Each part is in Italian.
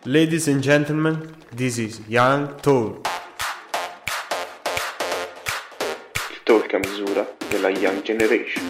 Ladies and gentlemen, this is Young Talk. Il talk a misura della Young Generation.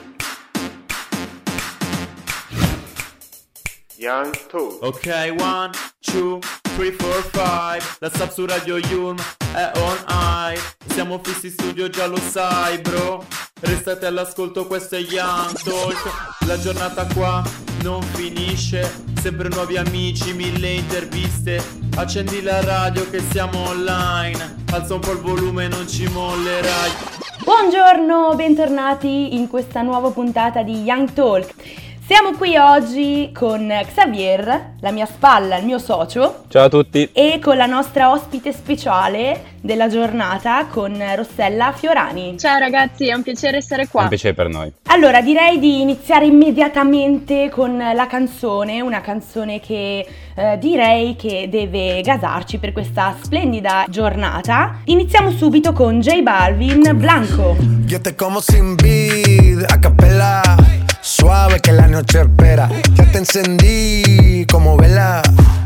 Young Talk. Ok, 1, 2, 3, 4, 5. La Sub su Radio Yulm è on air. Siamo fissi in studio, già lo sai, bro. Restate all'ascolto, questo è Young Talk. La giornata qua non finisce. Sempre nuovi amici, 1000 interviste. Accendi la radio che siamo online. Alza un po' il volume, non ci mollerai. Buongiorno, bentornati in questa nuova puntata di Young Talk. Siamo qui oggi con Xavier, la mia spalla, il mio socio. Ciao a tutti. E con la nostra ospite speciale della giornata, con Rossella Fiorani. Ciao ragazzi, è un piacere essere qua. È un piacere per noi. Allora, direi di iniziare immediatamente con la canzone, una canzone che direi che deve gasarci per questa splendida giornata. Iniziamo subito con J Balvin, Blanco. Yo te como sin vid, a capela, suave que la noche espera. Ya te encendí como vela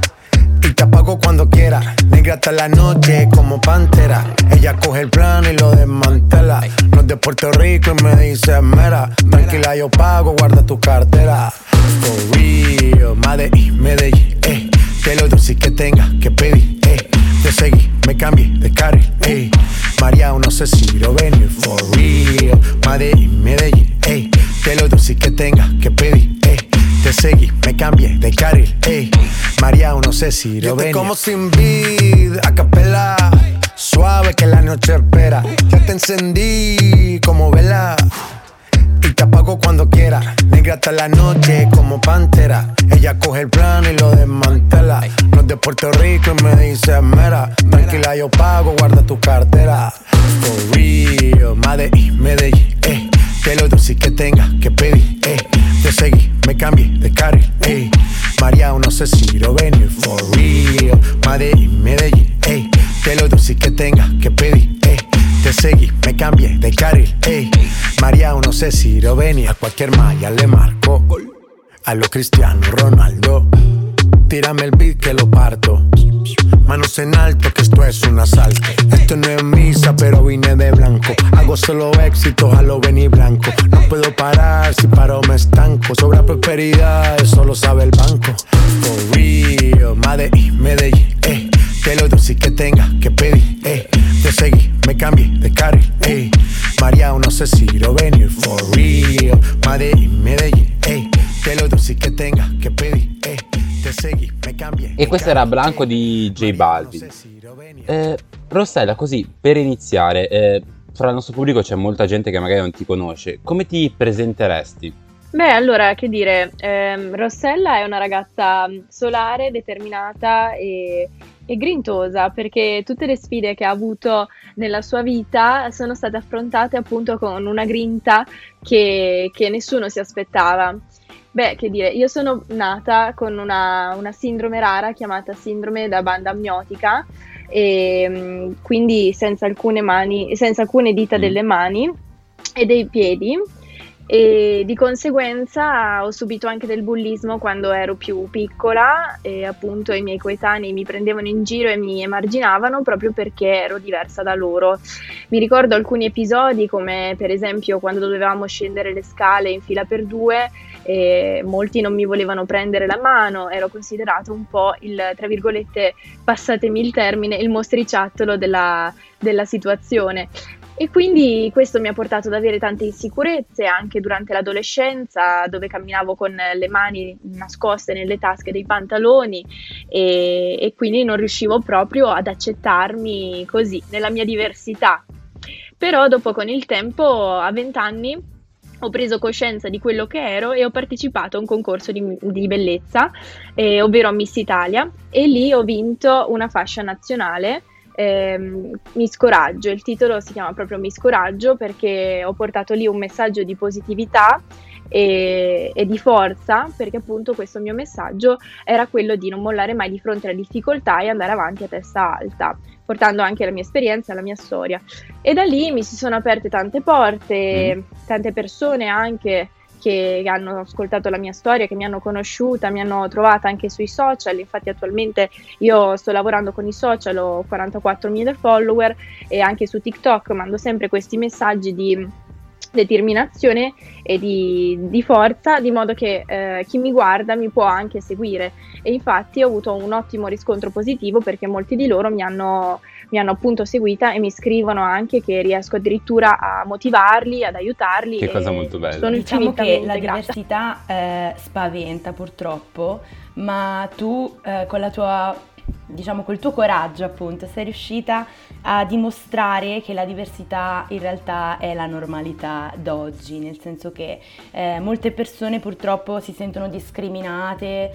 y te apago cuando quiera. Negra hasta la noche como pantera. Ella coge el plano y lo desmantela. No es de Puerto Rico y me dice mera. Tranquila, yo pago, guarda tu cartera. For real, Medellín, que lo dulce que tenga que pedir, te seguí, me cambié de carril, María, no sé si lo venir. For real, Medellín, que lo dulce que tenga que pedir, te seguí, me cambié de carril, María, no sé si lo venir. Yo te como sin vid, a capela, suave que la noche espera. Ya te encendí como vela y te apago cuando quiera. Negra hasta la noche como pantera. Ella coge el plano y lo desmantela. No es de Puerto Rico y me dice mera. Tranquila, yo pago, guarda tu cartera. For real, Medellín, que lo dulce que tenga que pedir, te seguí, me cambié de carril, María, no sé si lo venir. For real, Medellín, que lo dulce que tenga que pedir, te seguí, me cambié de carril, María, no sé si lo venir. A cualquier malla le marco, a lo Cristiano Ronaldo. Tírame el beat que lo parto. Manos en alto que esto es un asalto. Esto no es misa pero vine de blanco. Hago solo éxitos a lo Benny Blanco. No puedo parar, si paro me estanco. Sobra prosperidad, eso lo sabe el banco. For real, Medellín, que lo dulce que tenga que pedir, te seguí, me cambié de carril, María, no sé si lo venir. For real, Medellín, que lo dulce que tenga que pedir, te seguí, me cambié. E questo era Blanco di J Balvin. Rossella, così per iniziare, fra il nostro pubblico c'è molta gente che magari non ti conosce. Come ti presenteresti? Beh, allora, che dire, Rossella è una ragazza solare, determinata e grintosa, perché tutte le sfide che ha avuto nella sua vita sono state affrontate appunto con una grinta che nessuno si aspettava. Beh, che dire, io sono nata con una sindrome rara chiamata sindrome da banda amniotica, e quindi senza alcune dita delle mani e dei piedi, e di conseguenza ho subito anche del bullismo quando ero più piccola, e appunto i miei coetanei mi prendevano in giro e mi emarginavano proprio perché ero diversa da loro. Mi ricordo alcuni episodi, come per esempio quando dovevamo scendere le scale in fila per due, e molti non mi volevano prendere la mano, ero considerato un po' il, tra virgolette, passatemi il termine, il mostriciattolo della situazione. E quindi questo mi ha portato ad avere tante insicurezze anche durante l'adolescenza, dove camminavo con le mani nascoste nelle tasche dei pantaloni, e quindi non riuscivo proprio ad accettarmi così, nella mia diversità. Però dopo, con il tempo, a 20 anni, ho preso coscienza di quello che ero e ho partecipato a un concorso di bellezza, ovvero a Miss Italia, e lì ho vinto una fascia nazionale, Miss Coraggio. Il titolo si chiama proprio Miss Coraggio perché ho portato lì un messaggio di positività e di forza, perché appunto questo mio messaggio era quello di non mollare mai di fronte alle difficoltà e andare avanti a testa alta, portando anche la mia esperienza e la mia storia. E da lì mi si sono aperte tante porte, tante persone anche che hanno ascoltato la mia storia, che mi hanno conosciuta, mi hanno trovata anche sui social. Infatti attualmente io sto lavorando con i social, ho 44.000 follower, e anche su TikTok mando sempre questi messaggi di determinazione e di forza, di modo che chi mi guarda mi può anche seguire. E infatti ho avuto un ottimo riscontro positivo, perché molti di loro mi hanno appunto seguita e mi scrivono anche che riesco addirittura a motivarli, ad aiutarli. Che cosa molto bella. Sono Diciamo che la grata. diversità spaventa purtroppo, ma tu con la tua, diciamo, col tuo coraggio appunto sei riuscita a dimostrare che la diversità in realtà è la normalità d'oggi, nel senso che molte persone purtroppo si sentono discriminate,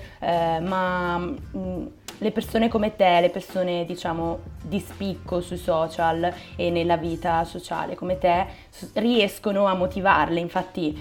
ma le persone come te, le persone diciamo di spicco sui social e nella vita sociale come te, riescono a motivarle. Infatti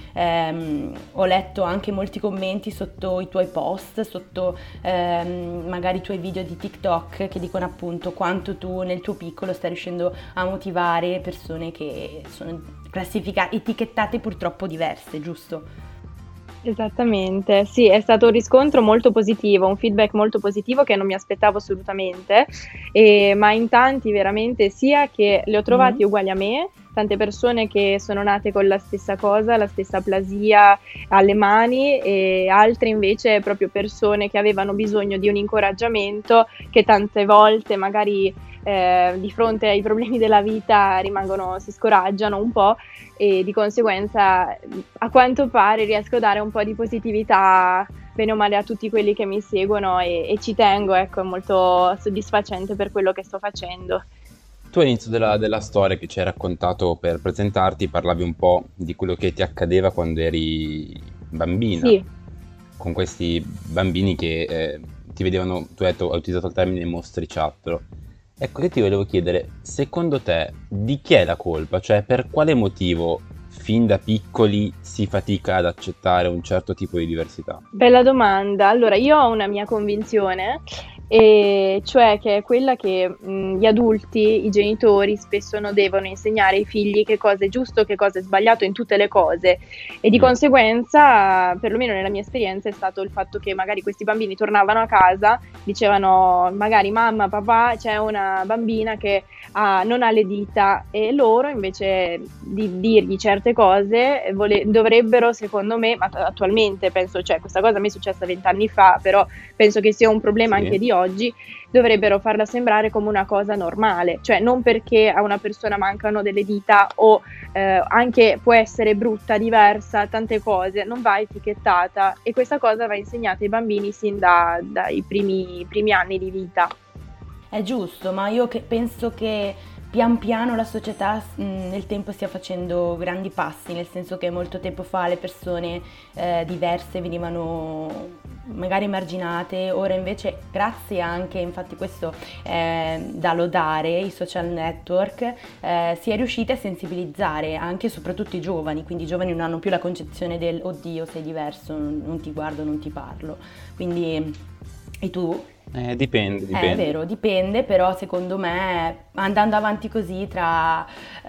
ho letto anche molti commenti sotto i tuoi post, sotto magari i tuoi video di TikTok, che dicono appunto quanto tu nel tuo piccolo stai riuscendo a motivare persone che sono classificate, etichettate purtroppo diverse, giusto? Esattamente, sì, è stato un riscontro molto positivo, un feedback molto positivo che non mi aspettavo assolutamente, ma in tanti veramente, sia che li ho trovati uguali a me, tante persone che sono nate con la stessa cosa, la stessa aplasia alle mani, e altre invece proprio persone che avevano bisogno di un incoraggiamento, che tante volte magari di fronte ai problemi della vita si scoraggiano un po', e di conseguenza a quanto pare riesco a dare un po' di positività bene o male a tutti quelli che mi seguono, e ci tengo, ecco, è molto soddisfacente per quello che sto facendo. Tu all'inizio della storia che ci hai raccontato per presentarti parlavi un po' di quello che ti accadeva quando eri bambina, Sì. con questi bambini che ti vedevano, tu hai utilizzato il termine mostriciattolo. Ecco, che ti volevo chiedere, secondo te di chi è la colpa? Cioè, per quale motivo fin da piccoli si fatica ad accettare un certo tipo di diversità? Bella domanda. Allora, io ho una mia convinzione, e cioè che è quella che gli adulti, i genitori, spesso non devono insegnare ai figli che cosa è giusto, che cosa è sbagliato in tutte le cose, e di conseguenza, perlomeno nella mia esperienza, è stato il fatto che magari questi bambini tornavano a casa, dicevano magari mamma, papà, c'è una bambina che non ha le dita, e loro invece di dirgli certe cose dovrebbero, secondo me, ma attualmente penso, cioè questa cosa a me è successa 20 anni fa, però penso che sia un problema anche di oggi, dovrebbero farla sembrare come una cosa normale, cioè non perché a una persona mancano delle dita o anche può essere brutta, diversa, tante cose, non va etichettata, e questa cosa va insegnata ai bambini sin dai primi anni di vita. È giusto, ma io penso che pian piano la società nel tempo stia facendo grandi passi, nel senso che molto tempo fa le persone diverse venivano magari emarginate, ora invece grazie anche, infatti questo è da lodare, i social network, si è riusciti a sensibilizzare anche e soprattutto i giovani, quindi i giovani non hanno più la concezione del oddio sei diverso, non ti guardo, non ti parlo, quindi e tu? Dipende. È vero, dipende, però secondo me andando avanti così tra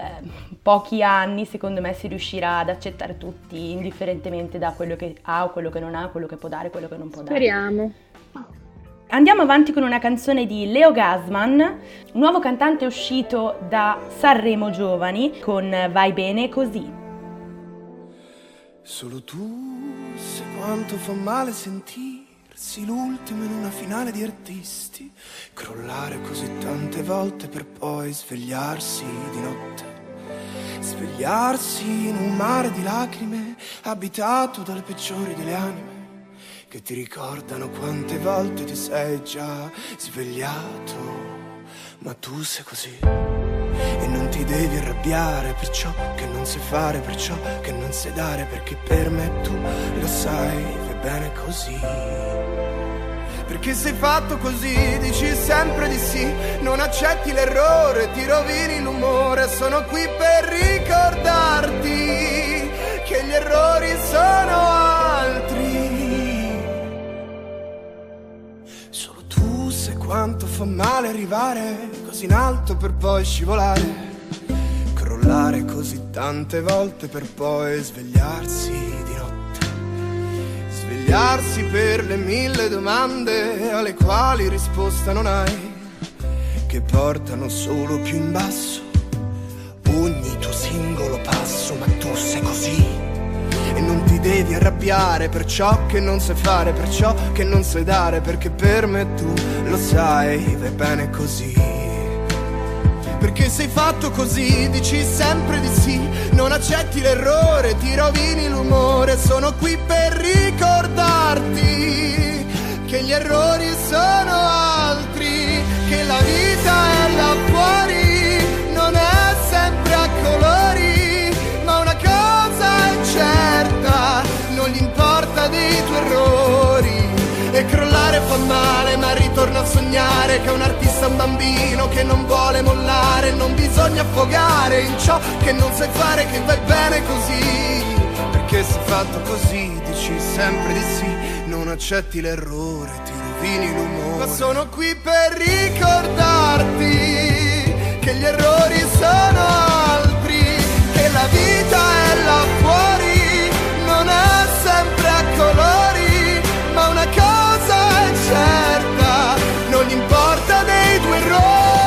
pochi anni secondo me si riuscirà ad accettare tutti indifferentemente da quello che ha o quello che non ha, quello che può dare, quello che non può dare. Speriamo. Andiamo avanti con una canzone di Leo Gasman, un nuovo cantante uscito da Sanremo Giovani con Vai bene così. Solo tu sai quanto fa male sentirsi l'ultimo in una finale di artisti, crollare così tante volte per poi svegliarsi di notte, svegliarsi in un mare di lacrime abitato dalle peggiori delle anime che ti ricordano quante volte ti sei già svegliato, ma tu sei così. E non ti devi arrabbiare per ciò che non sai fare, per ciò che non sai dare, perché per me tu lo sai, va bene così. Perché sei fatto così, dici sempre di sì, non accetti l'errore, ti rovini l'umore. Sono qui per ricordarti che gli errori sono altri. Solo tu sai quanto fa male arrivare così in alto per poi scivolare, crollare così tante volte per poi svegliarsi di notte, arrabbiarsi per le 1000 domande alle quali risposta non hai, che portano solo più in basso ogni tuo singolo passo. Ma tu sei così e non ti devi arrabbiare per ciò che non sai fare, per ciò che non sai dare, perché per me tu lo sai, vai bene così. Perché sei fatto così, dici sempre di sì, non accetti l'errore, ti rovini l'umore. Sono qui per ricordarti che gli errori sono altri, che la vita è là fuori, non è sempre a colori, ma una cosa è certa, non gli importa dei tuoi errori. E crollare fa male, ma ritorna a sognare che un artista è un bambino che non vuole mollare. Non bisogna affogare in ciò che non sai fare, che vai bene così. Perché sei fatto così, dici sempre di sì, non accetti l'errore, ti rovini l'umore. Ma sono qui per ricordarti che gli errori sono altri, che la vita è là fuori, non è sempre a colori, ma una cosa è certa, non gli importa dei tuoi errori.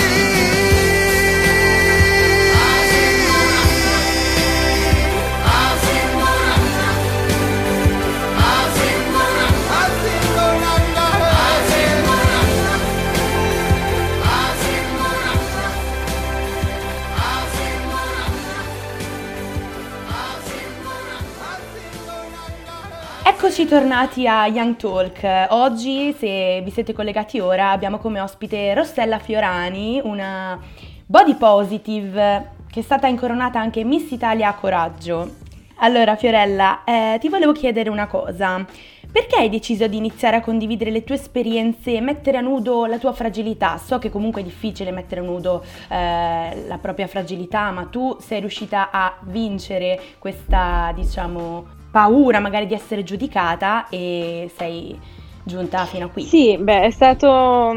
Eccoci tornati a Young Talk. Oggi, se vi siete collegati ora, abbiamo come ospite Rossella Fiorani, una body positive che è stata incoronata anche Miss Italia a Coraggio. Allora Fiorella, ti volevo chiedere una cosa. Perché hai deciso di iniziare a condividere le tue esperienze e mettere a nudo la tua fragilità? So che comunque è difficile mettere a nudo la propria fragilità, ma tu sei riuscita a vincere questa, diciamo, paura magari di essere giudicata e sei giunta fino a qui. Sì, beh, è stato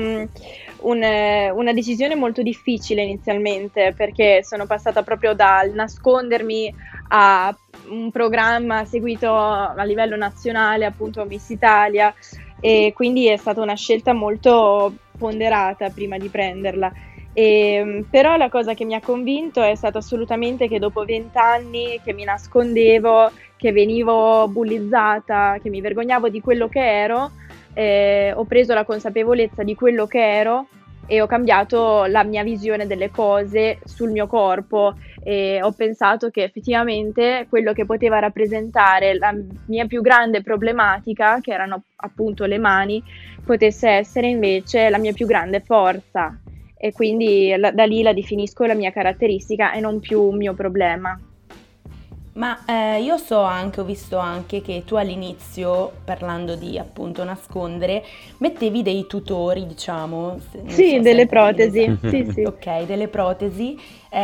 una decisione molto difficile inizialmente, perché sono passata proprio dal nascondermi a un programma seguito a livello nazionale, appunto Miss Italia, e quindi è stata una scelta molto ponderata prima di prenderla. Però la cosa che mi ha convinto è stato assolutamente che dopo 20 anni che mi nascondevo, che venivo bullizzata, che mi vergognavo di quello che ero, ho preso la consapevolezza di quello che ero e ho cambiato la mia visione delle cose sul mio corpo, e ho pensato che effettivamente quello che poteva rappresentare la mia più grande problematica, che erano appunto le mani, potesse essere invece la mia più grande forza. E quindi da lì la definisco la mia caratteristica e non più un mio problema. Ma io ho visto anche che tu all'inizio, parlando di appunto nascondere, mettevi dei tutori, diciamo. Sì, delle protesi. Sì. Ok, delle protesi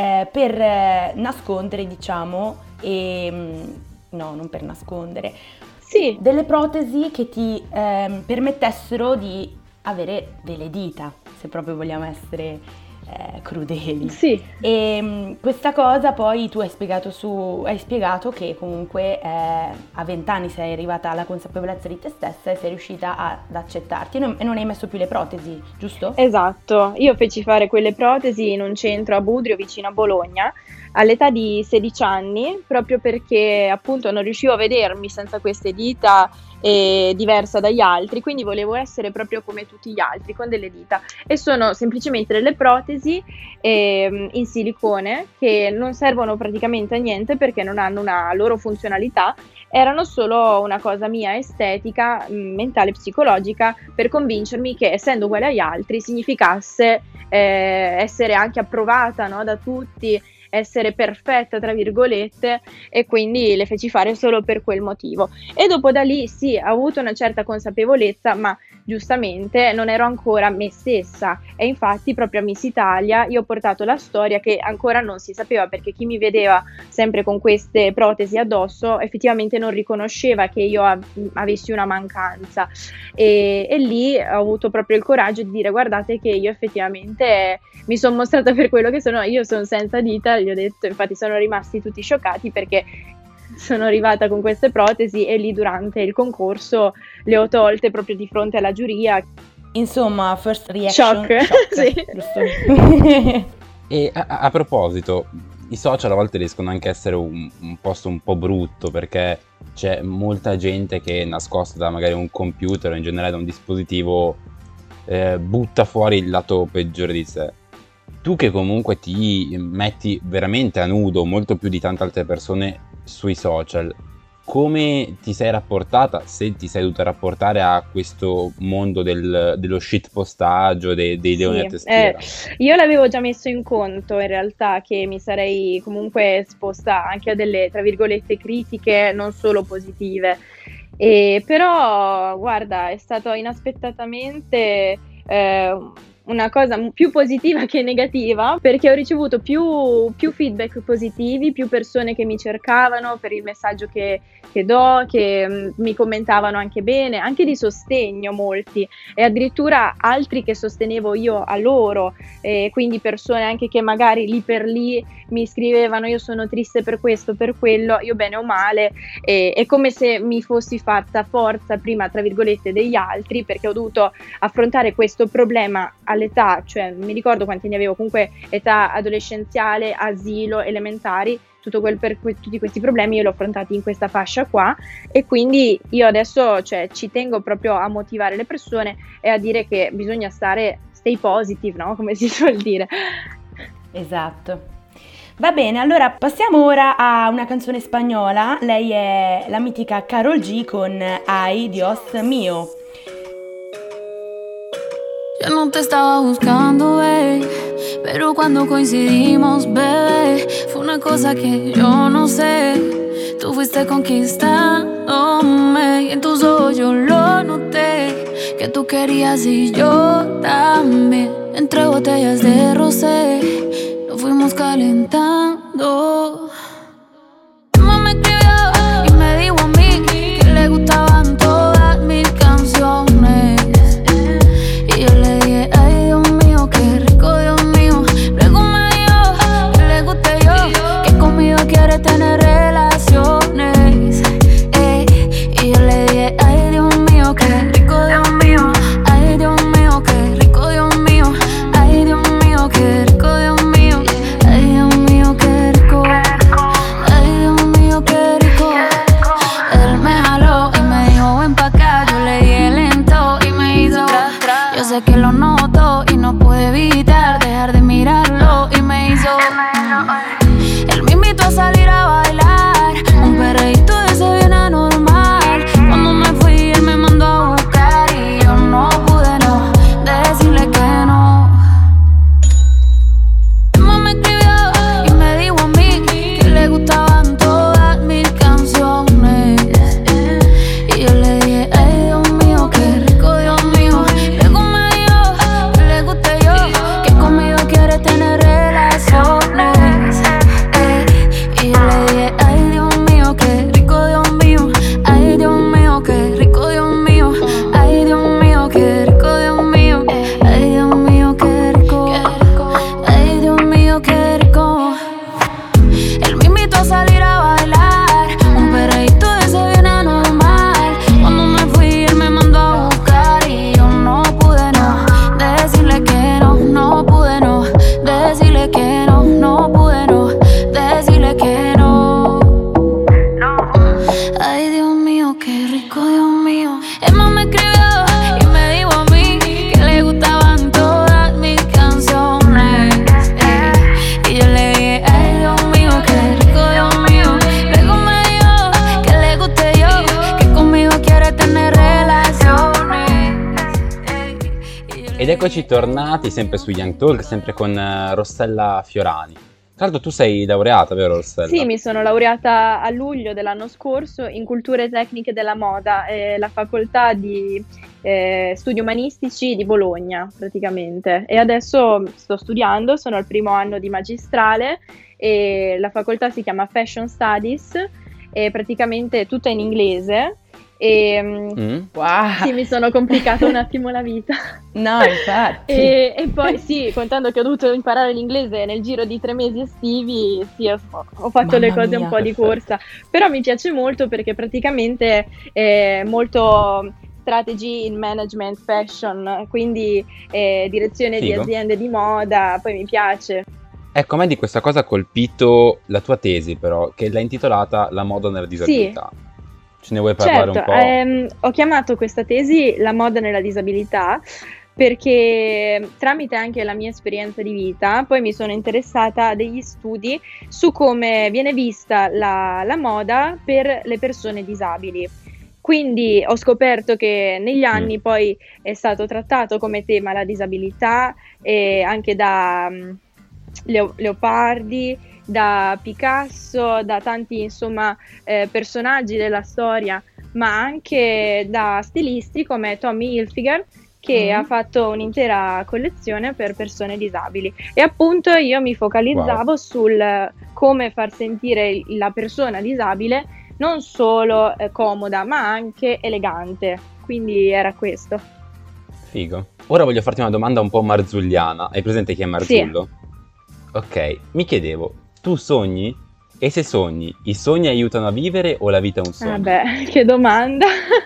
per nascondere, diciamo, no, non per nascondere. Sì. Delle protesi che ti permettessero di avere delle dita, se proprio vogliamo essere crudeli. Sì. E questa cosa poi tu hai spiegato che comunque a 20 anni sei arrivata alla consapevolezza di te stessa e sei riuscita ad accettarti e non hai messo più le protesi, giusto? Esatto, io feci fare quelle protesi in un centro a Budrio vicino a Bologna all'età di 16 anni, proprio perché appunto non riuscivo a vedermi senza queste dita diversa dagli altri, quindi volevo essere proprio come tutti gli altri con delle dita, e sono semplicemente delle protesi in silicone che non servono praticamente a niente perché non hanno una loro funzionalità, erano solo una cosa mia estetica, mentale, psicologica, per convincermi che essendo uguale agli altri significasse essere anche approvata, no, da tutti, essere perfetta tra virgolette, e quindi le feci fare solo per quel motivo. E dopo da lì sì, ho avuto una certa consapevolezza, ma giustamente non ero ancora me stessa, e infatti proprio a Miss Italia io ho portato la storia che ancora non si sapeva, perché chi mi vedeva sempre con queste protesi addosso effettivamente non riconosceva che io avessi una mancanza, e lì ho avuto proprio il coraggio di dire: guardate che io effettivamente mi sono mostrata per quello che sono, io sono senza dita, gli ho detto, infatti sono rimasti tutti scioccati perché sono arrivata con queste protesi e lì durante il concorso le ho tolte proprio di fronte alla giuria. Insomma, first reaction Shock. Sì. Giusto. E a proposito, i social a volte riescono anche a essere un posto un po' brutto, perché c'è molta gente che nascosta da magari un computer o in generale da un dispositivo butta fuori il lato peggiore di sé. Tu che comunque ti metti veramente a nudo molto più di tante altre persone sui social, come ti sei rapportata, se ti sei dovuta rapportare a questo mondo dello shitpostaggio, dei leoni a tastiera? Io l'avevo già messo in conto in realtà, che mi sarei comunque esposta anche a delle, tra virgolette, critiche non solo positive. Però guarda, è stato inaspettatamente una cosa più positiva che negativa, perché ho ricevuto più feedback positivi, più persone che mi cercavano per il messaggio che do, che mi commentavano anche bene, anche di sostegno molti, e addirittura altri che sostenevo io a loro, quindi persone anche che magari lì per lì mi scrivevano: io sono triste per questo, per quello, io bene o male, è come se mi fossi fatta forza prima, tra virgolette, degli altri, perché ho dovuto affrontare questo problema all'età, cioè mi ricordo quanti ne avevo, comunque età adolescenziale, asilo, elementari, tutti questi problemi io li ho affrontati in questa fascia qua, e quindi io adesso, cioè, ci tengo proprio a motivare le persone e a dire che bisogna stay positive, no? Come si suol dire. Esatto. Va bene, allora passiamo ora a una canzone spagnola. Lei è la mitica Karol G con Ay Dios mío. Yo no te estaba buscando, pero cuando coincidimos, bebé, fue una cosa que yo no sé. Tú fuiste conquistándome y en tus ojos yo lo noté, que tú querías y yo también. Entre botellas de rosé nos fuimos calentando. Tu mamá me escribió y me dijo a mí que le gustaban todas mis canciones. Y yo le dije: ay, Dios mío, qué rico, Dios mío. Luego me dijo que le guste yo, que conmigo quiere tener relaciones. Y yo le dije: ay, Dios mío, qué rico, Dios mío. Ay, Dios mío, qué rico, Dios mío. Ay, Dios mío, qué rico, Dios mío. Ay, Dios mío, qué rico. Ay, Dios mío, qué rico. Él me jaló y me dijo: ven pa' acá. Yo le dije lento y me hizo. Yo sé que lo noto y no pude evitar dejar de mirarlo, y me hizo. Él me invitó a salir a bailar, un perreíto de ese bien anormal. Cuando me fui él me mandó a buscar y yo no pude no decirle que no. Mi mamá me escribió y me dijo a mí que le gustaban todas mis canciones. Y yo le dije: ay, Dios mío, qué rico, Dios mío. Luego me dijo que le guste yo, que conmigo quiere tener relaciones. Y yo le dije: ay, Dios mío, qué rico, Dios mío. Ay, Dios mío, qué rico, Dios mío. Ay, Dios mío, qué rico, Dios mío. Ay, Dios mío, qué rico. Ay, Dios mío, qué rico. Él me invitó a salir a bailar, un perreíto de ese bien anormal. Cuando me fui él me mandó a buscar y yo no pude no decirle que no, no pude no decirle que no, no pude no decirle que no. Ay, Dios mío, qué rico, Dios mío. Emma me escribió y me dijo a mí que le gustaban todas mis canciones. Y yo le dije: ay, Dios mío, qué rico, Dios mío. Luego me dijo que le guste yo, que conmigo quiere tener relaciones. Ed eccoci tornati sempre su Young Talk, sempre con Rossella Fiorani. Tra l'altro tu sei laureata, vero Rossella? Sì, mi sono laureata a luglio dell'anno scorso in culture tecniche della moda, la facoltà di studi umanistici di Bologna praticamente, e adesso sto studiando, sono al primo anno di magistrale e la facoltà si chiama Fashion Studies, e praticamente è tutta in inglese. E Wow. sì, mi sono complicata un attimo la vita. No, infatti. E poi sì, contando che ho dovuto imparare l'inglese nel giro di 3 mesi estivi, sì, ho fatto le Mamma cose mia, un po' di perfetto. corsa, però mi piace molto perché praticamente è molto strategy in management fashion, quindi direzione di Figo. aziende di moda, poi mi piace. Ecco, a me di questa cosa ha colpito la tua tesi, però, che l'hai intitolata La moda nella disabilità. Ce ne vuoi parlare Certo, un po'? ho chiamato questa tesi La moda nella disabilità perché tramite anche la mia esperienza di vita poi mi sono interessata a degli studi su come viene vista la moda per le persone disabili. Quindi ho scoperto che negli anni poi è stato trattato come tema la disabilità e anche da Leopardi, da Picasso, da tanti insomma personaggi della storia, ma anche da stilisti come Tommy Hilfiger che ha fatto un'intera collezione per persone disabili. E appunto io mi focalizzavo sul come far sentire la persona disabile non solo comoda, ma anche elegante. Quindi era questo. Figo. Ora voglio farti una domanda un po' marzulliana. Hai presente chi è Marzullo? Ok, mi chiedevo, tu sogni? E se sogni, i sogni aiutano a vivere o la vita è un sogno? Vabbè, che domanda.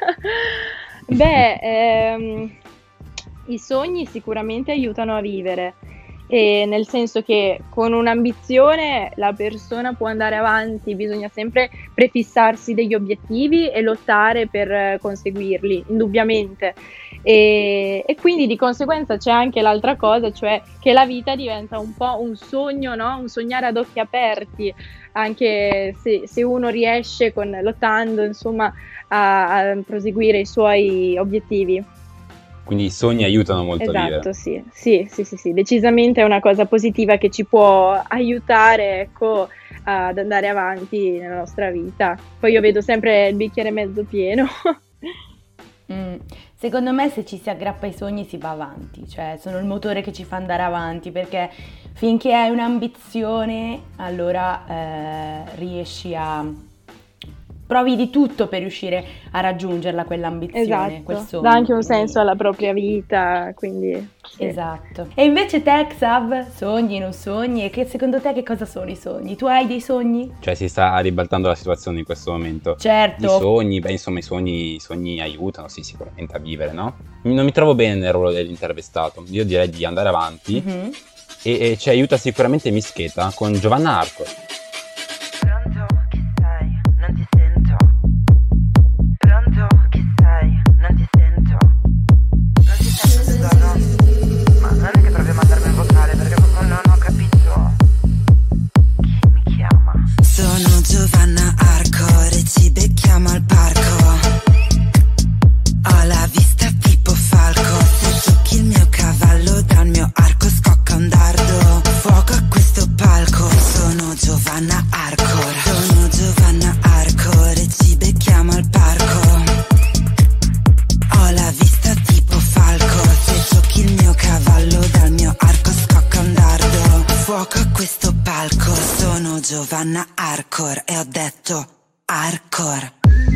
Beh, i sogni sicuramente aiutano a vivere, e nel senso che con un'ambizione la persona può andare avanti, bisogna sempre prefissarsi degli obiettivi e lottare per conseguirli, indubbiamente. E quindi di conseguenza c'è anche l'altra cosa, cioè che la vita diventa un po' un sogno, no? Un sognare ad occhi aperti, anche se uno riesce lottando, insomma, a proseguire i suoi obiettivi. Quindi i sogni aiutano molto a vivere. Esatto, sì, decisamente è una cosa positiva che ci può aiutare, ecco, ad andare avanti nella nostra vita. Poi io vedo sempre il bicchiere mezzo pieno. Secondo me se ci si aggrappa ai sogni si va avanti, cioè sono il motore che ci fa andare avanti, perché finché hai un'ambizione allora riesci provi di tutto per riuscire a raggiungerla quell'ambizione, quel Esatto, sogno. dà anche un quindi- senso alla propria vita, quindi sì. Esatto. E invece te, Xav, sogni, non sogni? E secondo te che cosa sono i sogni? Tu hai dei sogni? Cioè si sta ribaltando la situazione in questo momento. Certo. I sogni, beh insomma i sogni aiutano, sì, sicuramente a vivere, no? Non mi trovo bene nel ruolo dell'intervistato, io direi di andare avanti Mhm. e ci aiuta sicuramente Mischeta con Giovanna Arco. Pronto, chi sei? Non ti sento. Pronto, chi sei? Non ti sento. Non ti sento, Giovanna. Ma non è che provi a mandarmi il vocale perché proprio non ho capito chi mi chiama. Sono Giovanna Arco e ci becchiamo al parco. Ho la vista tipo falco. Se tocchi il mio cavallo dal mio arco scocca un dardo. Fuoco a questo palco. Sono Giovanna Arcor. Sono Giovanna Arcor e ci becchiamo al parco. Ho la vista tipo falco. Se tocchi il mio cavallo dal mio arco scocca un dardo. Fuoco a questo palco. Sono Giovanna Arcor e ho detto Arcor.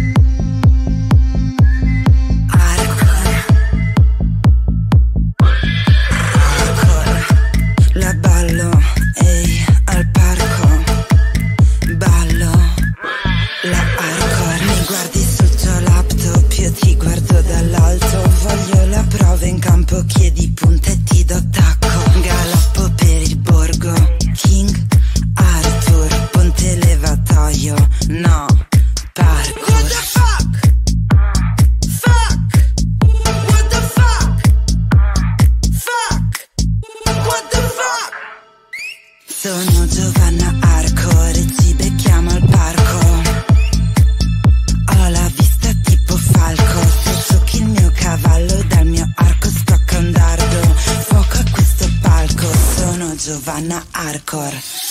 La ballo, ehi, al parco. Ballo, la hardcore. Mi guardi sul tuo laptop, io ti guardo dall'alto. Voglio la prova in campo, chiedi punta e ti do tacco. Galoppo per il borgo, King Arthur. Ponte levatoio, no, parkour. What the fuck? Fuck. What the fuck? Fuck. What the fuck? Sono Giovanna Arcor e ci becchiamo al parco. Ho la vista tipo falco. Se tocchi il mio cavallo dal mio arco scocca un dardo. Fuoco a questo palco. Sono Giovanna Arcor.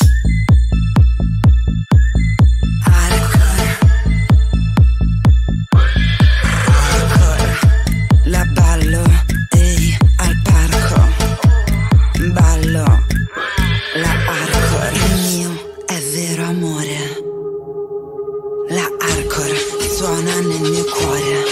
La ballo, ehi, al parco. Ballo, la hardcore. Il mio è vero amore. La hardcore suona nel mio cuore.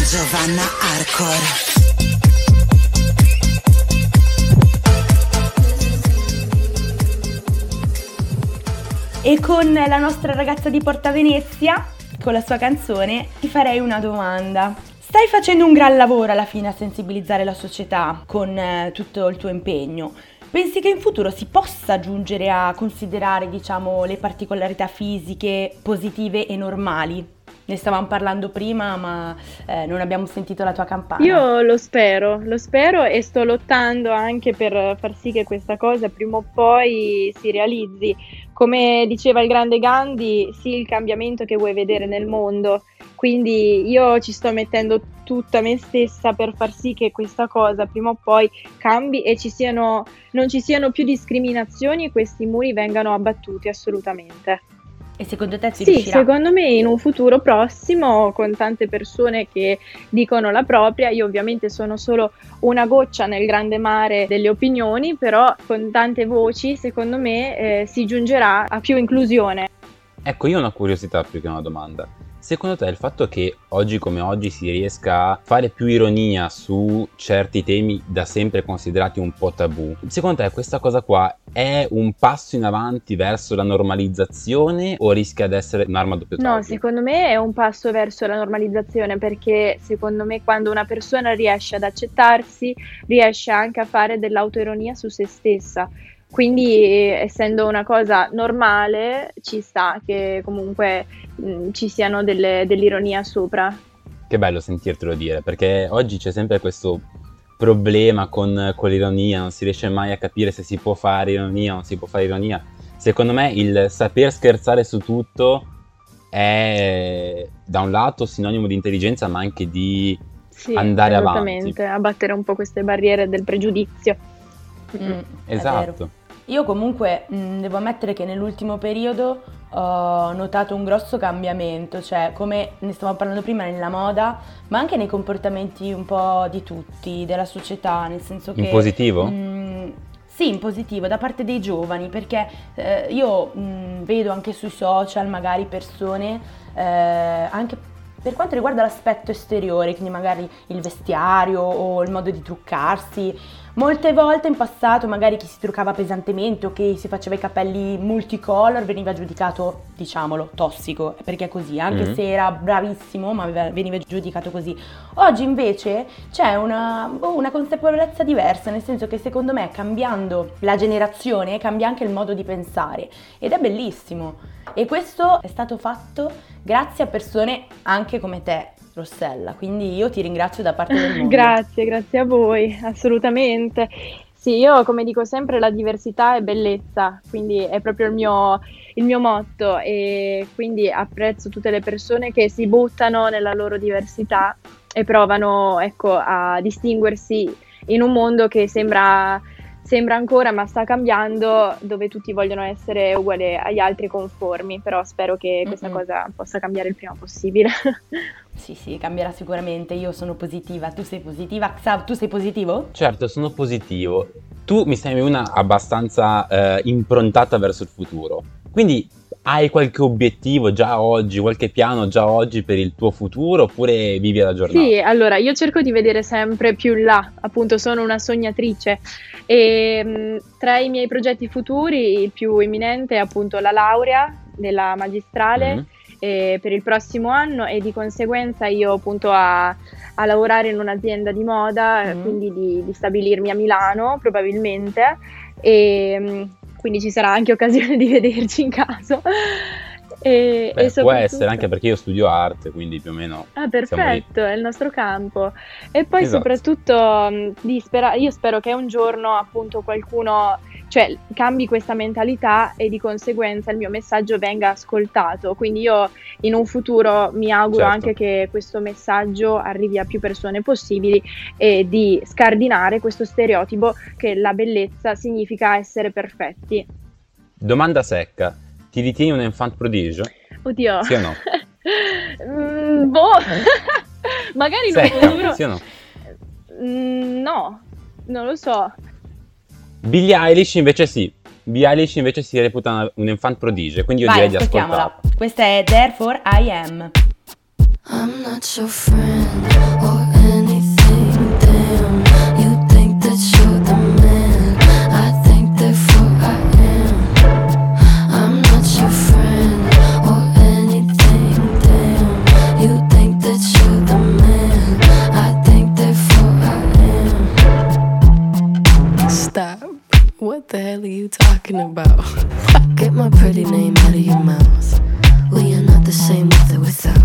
Giovanna Hardcore. E con la nostra ragazza di Porta Venezia, con la sua canzone, ti farei una domanda. Stai facendo un gran lavoro alla fine a sensibilizzare la società con tutto il tuo impegno. Pensi che in futuro si possa giungere a considerare, diciamo, le particolarità fisiche positive e normali? Ne stavamo parlando prima, ma non abbiamo sentito la tua campana. Io lo spero e sto lottando anche per far sì che questa cosa prima o poi si realizzi. Come diceva il grande Gandhi, sii il cambiamento che vuoi vedere nel mondo. Quindi io ci sto mettendo tutta me stessa per far sì che questa cosa prima o poi cambi e non ci siano più discriminazioni e questi muri vengano abbattuti assolutamente. E secondo te si Sì, riuscirà? secondo me in un futuro prossimo, con tante persone che dicono la propria, io ovviamente sono solo una goccia nel grande mare delle opinioni, però con tante voci, secondo me, si giungerà a più inclusione. Ecco, io ho una curiosità più che una domanda. Secondo te il fatto che oggi come oggi si riesca a fare più ironia su certi temi da sempre considerati un po' tabù, secondo te questa cosa qua è un passo in avanti verso la normalizzazione o rischia di essere un'arma a doppio taglio? No, secondo me è un passo verso la normalizzazione, perché secondo me quando una persona riesce ad accettarsi, riesce anche a fare dell'autoironia su se stessa. Quindi essendo una cosa normale ci sta che comunque ci siano dell'ironia sopra. Che bello sentirtelo dire, perché oggi c'è sempre questo problema con l'ironia, non si riesce mai a capire se si può fare ironia o non si può fare ironia. Secondo me il saper scherzare su tutto è da un lato sinonimo di intelligenza, ma anche di andare avanti. Esattamente, abbattere un po' queste barriere del pregiudizio. Esatto. Io comunque devo ammettere che nell'ultimo periodo ho notato un grosso cambiamento, cioè come ne stavamo parlando prima nella moda, ma anche nei comportamenti un po' di tutti, della società, nel senso che... In positivo? Sì, in positivo, da parte dei giovani, perché io vedo anche sui social magari persone, anche per quanto riguarda l'aspetto esteriore, quindi magari il vestiario o il modo di truccarsi. Molte volte in passato magari chi si truccava pesantemente o chi si faceva i capelli multicolor veniva giudicato, diciamolo, tossico, perché è così, anche se era bravissimo, ma veniva giudicato così. Oggi invece c'è una consapevolezza diversa, nel senso che secondo me cambiando la generazione cambia anche il modo di pensare ed è bellissimo. E questo è stato fatto grazie a persone anche come te, Rossella, quindi io ti ringrazio da parte del mondo. Grazie a voi, assolutamente. Sì, io come dico sempre la diversità è bellezza, quindi è proprio il mio motto e quindi apprezzo tutte le persone che si buttano nella loro diversità e provano, ecco, a distinguersi in un mondo che sembra ancora, ma sta cambiando, dove tutti vogliono essere uguali agli altri, conformi, però spero che questa cosa possa cambiare il prima possibile. Sì, cambierà sicuramente, io sono positiva, tu sei positiva? Xav, tu sei positivo? Certo, sono positivo. Tu mi sembri una abbastanza improntata verso il futuro, quindi hai qualche obiettivo già oggi, qualche piano già oggi per il tuo futuro oppure vivi alla giornata? Sì, allora io cerco di vedere sempre più in là, appunto sono una sognatrice e tra i miei progetti futuri il più imminente è appunto la laurea della magistrale per il prossimo anno e di conseguenza io appunto a lavorare in un'azienda di moda, quindi di stabilirmi a Milano probabilmente e quindi ci sarà anche occasione di vederci in caso. E può essere, anche perché io studio arte, quindi più o meno. Ah, perfetto, è il nostro campo. E poi soprattutto io spero che un giorno appunto qualcuno, cioè, cambi questa mentalità e di conseguenza il mio messaggio venga ascoltato. Quindi io in un futuro mi auguro anche che questo messaggio arrivi a più persone possibili e di scardinare questo stereotipo che la bellezza significa essere perfetti. Domanda secca. Ti ritieni un enfant prodigio? Oddio. Sì o no? Magari in un futuro. Sì o no? No, non lo so. Billie Eilish invece sì. Billie Eilish invece si reputa un enfant prodigio, quindi io direi di ascoltarla. Questa è Therefore I Am. I'm not your friend or anything, damn. You think that you're the man, I think therefore I am. I'm not your friend or anything, damn. You think that you're the man, I think therefore I am. Stop. What the hell are you talking about? Get my pretty name out of your mouth. We are not the same with or without.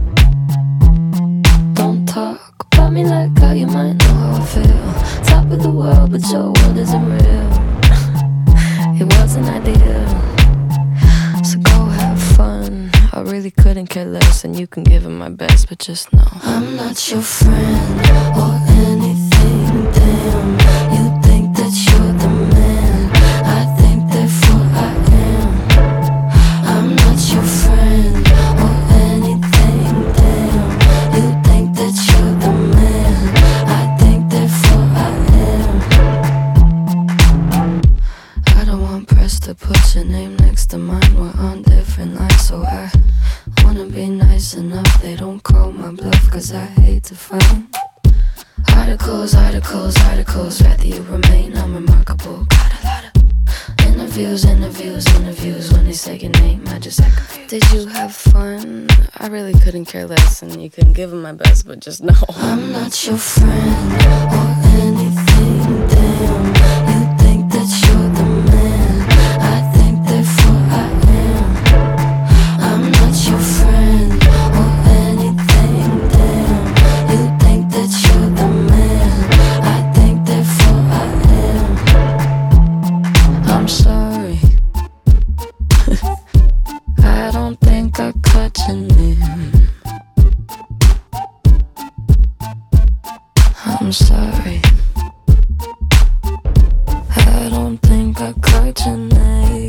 Don't talk about me like how you might know how I feel. Top of the world, but your world isn't real. It wasn't ideal. So go have fun. I really couldn't care less, and you can give it my best, but just know I'm not your friend or anything, damn. You think that you're the man, I think therefore I am. I'm not your friend or anything, damn. You think that you're the man, I think therefore I am. I don't want press to put your name next to mine. We're on different lines, so I wanna be nice enough they don't call my bluff, cause I hate to find articles, rather you remain unremarkable. Got a lot of interviews, when they say your name, I just act confused. Did you have fun? I really couldn't care less, and you can give them my best, but just know I'm not your friend or anything, damn. You think that you're the man, I think therefore I am. I'm not your friend or anything, damn. You think that you're the man, I think therefore I am. I'm sorry. I don't think I caught your name. I'm sorry. I don't think I caught your name.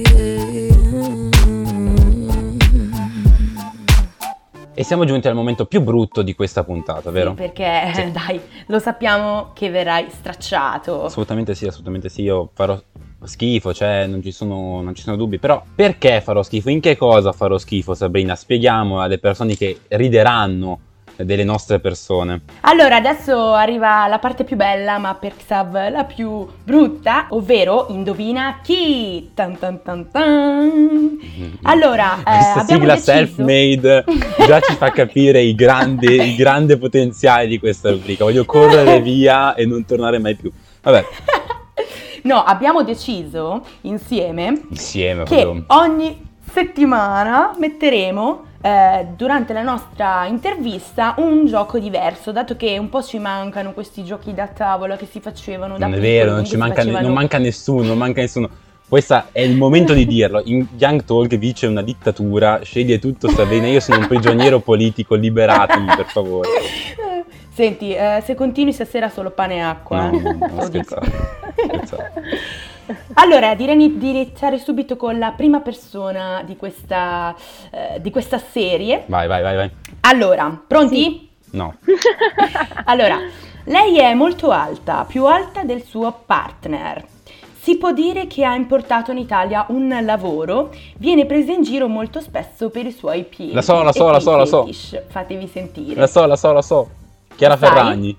E siamo giunti al momento più brutto di questa puntata, vero? Sì, perché Sì. dai, lo sappiamo che verrai stracciato. Assolutamente sì, io farò schifo, cioè non ci sono dubbi, però perché farò schifo? In che cosa farò schifo, Sabrina? Spieghiamo alle persone che rideranno delle nostre persone. Allora, adesso arriva la parte più bella, ma per Xav la più brutta, ovvero indovina chi? Tan tan tan tan. Allora, Questa abbiamo sigla deciso... self-made già ci fa capire il grande potenziale di questa rubrica. Voglio correre via e non tornare mai più. Vabbè. No, abbiamo deciso insieme che proprio. ogni settimana metteremo durante la nostra intervista un gioco diverso, dato che un po' ci mancano questi giochi da tavola che si facevano da Non è piccoli, vero, non manca nessuno. Questo è il momento di dirlo. In Young Talk dice una dittatura, sceglie tutto Sabrina, io sono un prigioniero politico, liberatemi per favore. Senti, se continui stasera solo pane e acqua. No, lo dico. scherzare. Allora, direi di iniziare subito con la prima persona di questa serie. Vai. Allora, pronti? Sì. No. Allora, lei è molto alta, più alta del suo partner. Si può dire che ha importato in Italia un lavoro, viene presa in giro molto spesso per i suoi piedi. La so. fetish. Fatevi sentire. La so. Chiara Sai? Ferragni.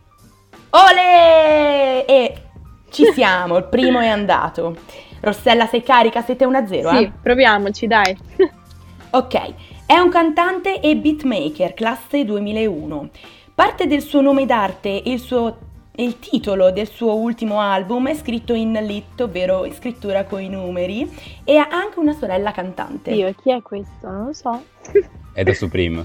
Olè! E ci siamo, il primo è andato. Rossella, sei carica? Siete 1-0, Sì, proviamoci, dai. Ok, è un cantante e beatmaker, classe 2001. Parte del suo nome d'arte e il titolo del suo ultimo album è scritto in lit, ovvero scrittura coi numeri, e ha anche una sorella cantante. Dio, chi è questo? Non lo so. È da Supreme.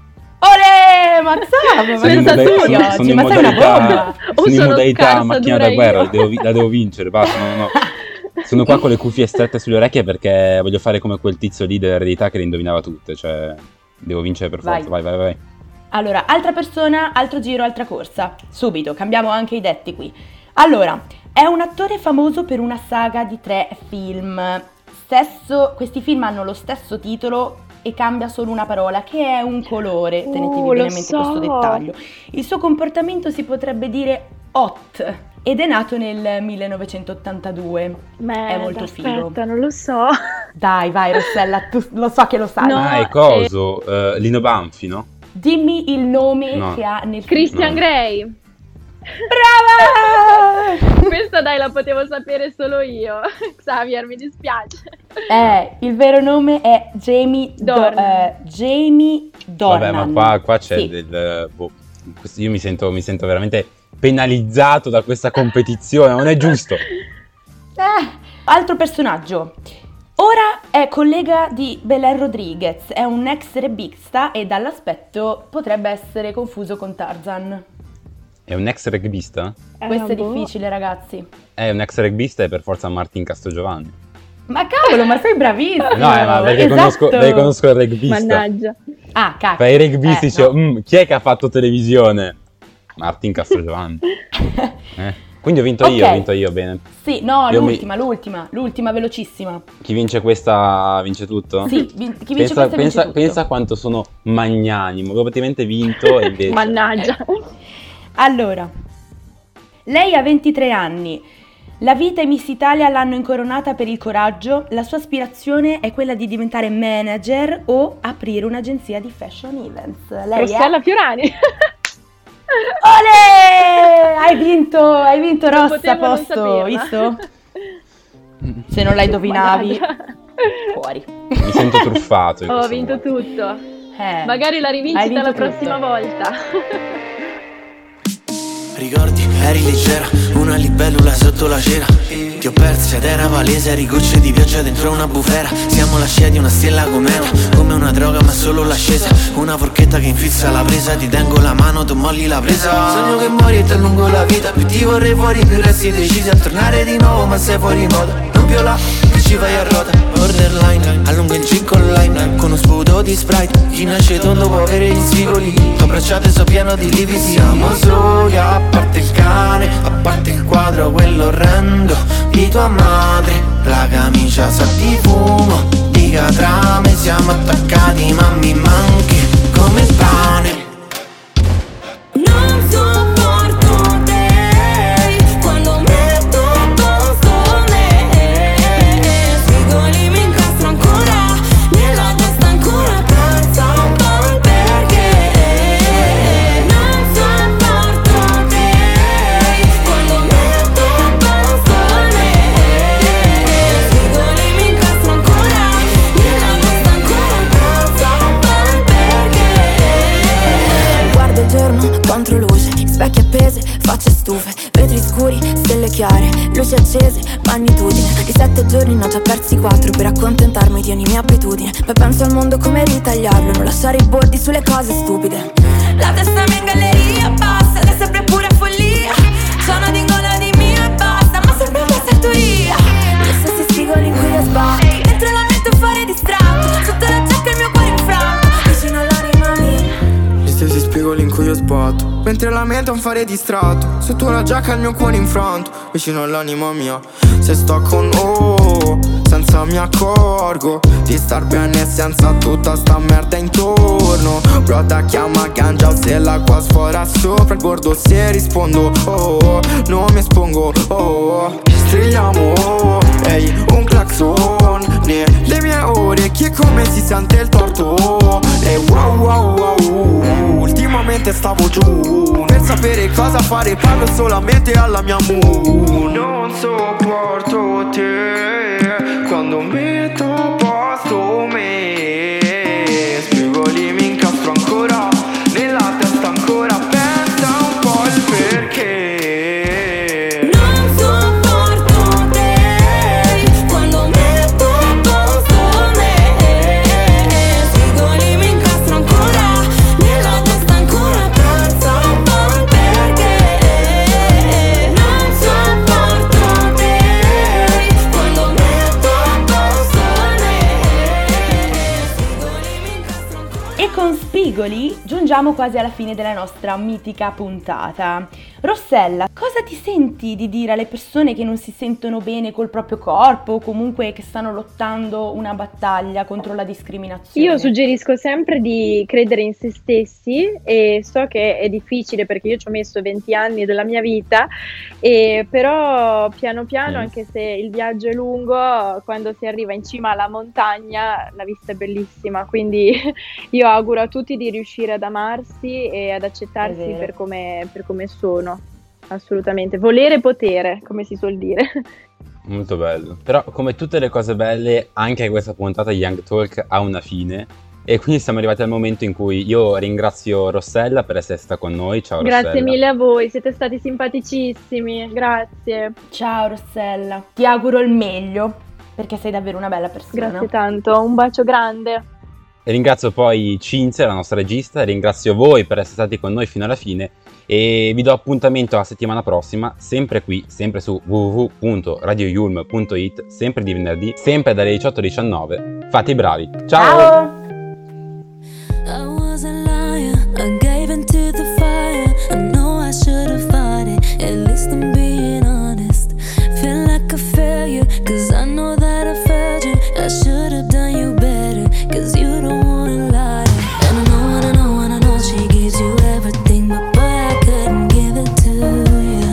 Olè, Mazzavo, Sono in ma sei modalità- oggi? Ma sei una bomba! Sono in sono modalità scarsa, macchina dura da guerra, io. la devo vincere, basta, no. Sono qua con le cuffie strette sulle orecchie perché voglio fare come quel tizio lì dell'eredità che le indovinava tutte, cioè devo vincere per forza, vai. Allora, altra persona, altro giro, altra corsa. Subito, cambiamo anche i detti qui. Allora, è un attore famoso per una saga di 3 film. Questi film hanno lo stesso titolo e cambia solo una parola, che è un colore. Tenetevi bene lo a mente so. questo dettaglio. Il suo comportamento si potrebbe dire hot ed è nato nel 1982. È molto figo. Aspetta, non lo so. Dai, vai Rossella, tu lo so che lo sai. No. È coso, Lino Banfi, no? Dimmi il nome No. che ha nel Christian No. Grey. Brava! Questa dai la potevo sapere solo io. Xavier, mi dispiace. Il vero nome è Jamie Dornan. Jamie Dornan. Vabbè, ma qua c'è Sì. del... io mi sento veramente penalizzato da questa competizione, non è giusto. Altro personaggio. Ora è collega di Belen Rodriguez, è un ex rugbista e dall'aspetto potrebbe essere confuso con Tarzan. È un ex rugbista? Questo è difficile, ragazzi. È un ex rugbista e per forza Martin Castrogiovanni. Ma cavolo, ma sei bravissimo! No, ma perché Esatto. conosco il rugbista. Mannaggia. Ah, cacchio. Per i rugbisti dicevo, no. chi è che ha fatto televisione? Martin Castrogiovanni. Quindi ho vinto io, bene. Sì, no, Io l'ultima velocissima. Chi vince questa vince tutto? Sì, chi vince questa vince tutto. Pensa quanto sono magnanimo, avevo praticamente vinto e invece... Mannaggia. Allora, lei ha 23 anni, la vita e Miss Italia l'hanno incoronata per il coraggio, la sua aspirazione è quella di diventare manager o aprire un'agenzia di fashion events. Lei Rossella Fiorani. Ole! Hai vinto Non Rossa, potevo non posto, saperla. visto? Se non la indovinavi, Mannaggia. fuori. Mi sento truffato. in Ho questo vinto momento. tutto. Hai Magari la rivincita vinto la tutto. prossima volta. Ricordi, eri leggera, una libellula sotto la cera. Ti ho perso ed era palese, eri gocce di pioggia dentro una bufera. Siamo la scia di una stella cometa, come una droga ma solo l'ascesa. Una forchetta che infissa la presa, ti tengo la mano, tu molli la presa. Sogno che muori e ti allungo la vita, più ti vorrei fuori, più resti decisi a tornare di nuovo, ma sei fuori moda. Non viola, che ci vai a ruota, borderline, allungo il gin con lime, con uno sputo di Sprite. Chi nasce tondo può avere gli spigoli, t'ho abbracciato e so pieno di lividi. Siamo soli, a parte il cane, a parte il quadro, quello orrendo di tua madre. La camicia sa di fumo, di catrame, siamo attaccati ma mi manchi come il pane. Non sopporto te quando metto posto me. Spigoli mi incastro ancora, nella testa ancora penso un po' il perché. Non sopporto te quando metto posto me. Spigoli mi incastro ancora, nella testa ancora penso un po' il perché. Guardo il giorno contro luce, specchi appese, facce stufe, vetri scuri, stelle chiare, luci accese, magnitudine. Di 7 giorni ne ho già persi 4 per accontentarmi di ogni mia abitudine. Poi penso al mondo come ritagliarlo, non lasciare i bordi sulle cose stupide. La testa mia in galleria passa, ed è sempre pure follia. Sono dingola di mio e basta, ma sempre una sartoria. Gli stessi spigoli in cui io sbatto, mentre la metto fuori distratto, sotto la giacca il mio cuore infranto, vicino all'anima mia. Gli stessi spigoli in cui io sbatto, mentre la mente è un fare distratto, sotto la giacca il mio cuore infranto, vicino all'anima mia. Se sto con senza mi accorgo di star bene senza tutta sta merda intorno. Broda chiama ganja se l'acqua sfora sopra il bordo, se rispondo non mi espongo ci strilliamo ehi, un clacson nelle mie orecchie come si sente il torto. E wow wow wow, ultimamente stavo giù, per sapere cosa fare parlo solamente alla mia moon. Non sopporto te quando metto a posto me. Spigoli mi incastro ancora, nella testa ancora pensa un po' il perché. Non sopporto te quando metto a posto me. Spigoli mi incastro ancora, nella testa ancora penso un po' il perché. Non sopporto te quando metto a posto me. Spigoli mi incastro ancora. E con Spigoli giungiamo quasi alla fine della nostra mitica puntata. Rossella, cosa ti senti di dire alle persone che non si sentono bene col proprio corpo o comunque che stanno lottando una battaglia contro la discriminazione? Io suggerisco sempre di credere in se stessi, e so che è difficile perché io ci ho messo 20 anni della mia vita, però piano piano, anche se il viaggio è lungo, quando si arriva in cima alla montagna la vista è bellissima, quindi io auguro a tutti di riuscire ad amarsi e ad accettarsi per come sono. Assolutamente, volere e potere, come si suol dire. Molto bello. Però come tutte le cose belle, anche questa puntata Young Talk ha una fine, e quindi siamo arrivati al momento in cui io ringrazio Rossella per essere stata con noi. Ciao Rossella. Grazie mille a voi, siete stati simpaticissimi, grazie. Ciao Rossella, ti auguro il meglio perché sei davvero una bella persona. Grazie tanto, un bacio grande. E ringrazio poi Cinzia, la nostra regista, ringrazio voi per essere stati con noi fino alla fine e vi do appuntamento la settimana prossima, sempre qui, sempre su www.radioyulm.it, sempre di venerdì, sempre dalle 18 alle 19. Fate i bravi. Ciao! I was a liar, I gave into the fire. I know I should have fought it, at least I'm being honest. Feel like a failure, cause I know that I failed you. I should have done you better, cause you don't wanna lie. And I know she gives you everything, but boy, I couldn't give it to you.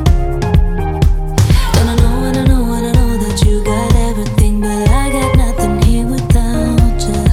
And I know that you got everything, but I got nothing here without you.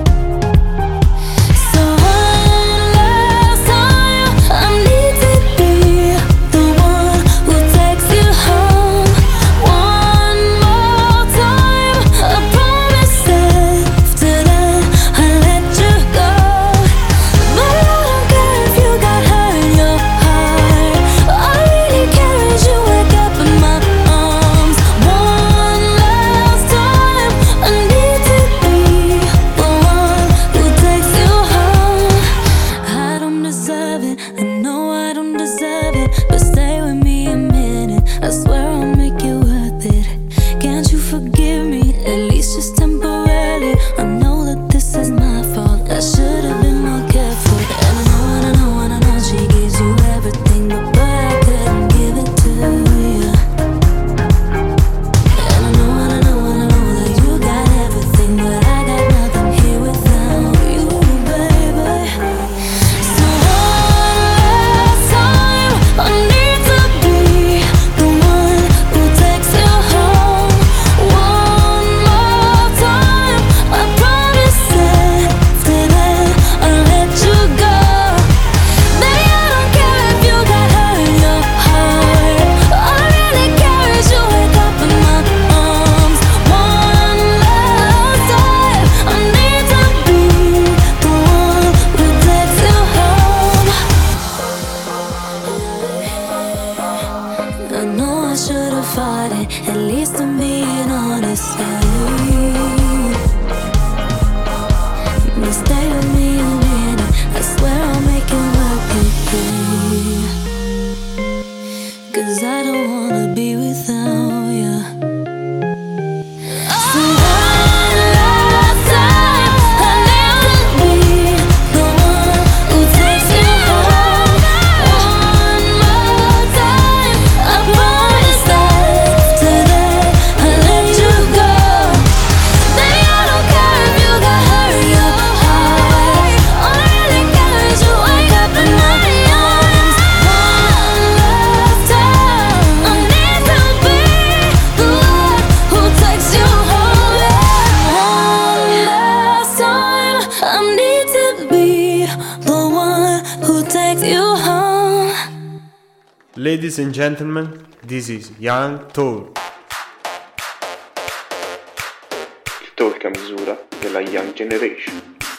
So one last time, I need to be the one who takes you home. One more time, I promise after that I'll let you go. But I don't care if you got hurt in your heart. All I really care is you wake up in my arms. One last time, I need to be the one who takes you home. I don't deserve it, I know I don't deserve it, but stay with me a minute, I swear I'll make it worth it. Can't you forgive me, at least just temporarily? I know that this is my fault, I should have been more careful. And I know she gives you everything, but boy, I couldn't give it to you. And I know that you got everything, but I got nothing here without you, baby. So one last time, I need to be the one who takes you home. One more time, I promise after that I'll let you go. Baby, I don't care if you got hurt in your heart. All I really care is you wake up in my arms. One last time, I need to be the one who takes you home. I know I should have fought it, at least I'm being honest. But stay with me a minute, I swear I'll make it work again. Cause I don't wanna be without you. So one last time, I need to be the one who takes you home. One more time, I promise after that I'll let you go. Baby, I don't care if you got hurt in your heart. All I really care is you wake up in my arms. One last time, I need to be the one who takes you home. One last time, I need to be the one who takes you home. Ladies and gentlemen, this is Young Talk. Il talk a misura della Young Generation.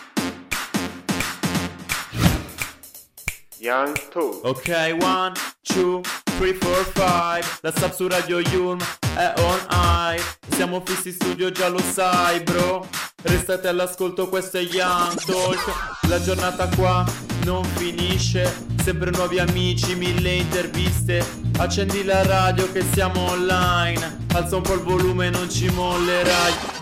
Young Talk. Ok, 1, 2, 3, 4, 5. La sub su Radio Yulm è on high. Siamo fissi in studio, già lo sai, bro. Restate all'ascolto, questo è Young Talk. La giornata qua non finisce. Sempre nuovi amici, 1000 interviste. Accendi la radio che siamo online. Alza un po' il volume, non ci mollerai.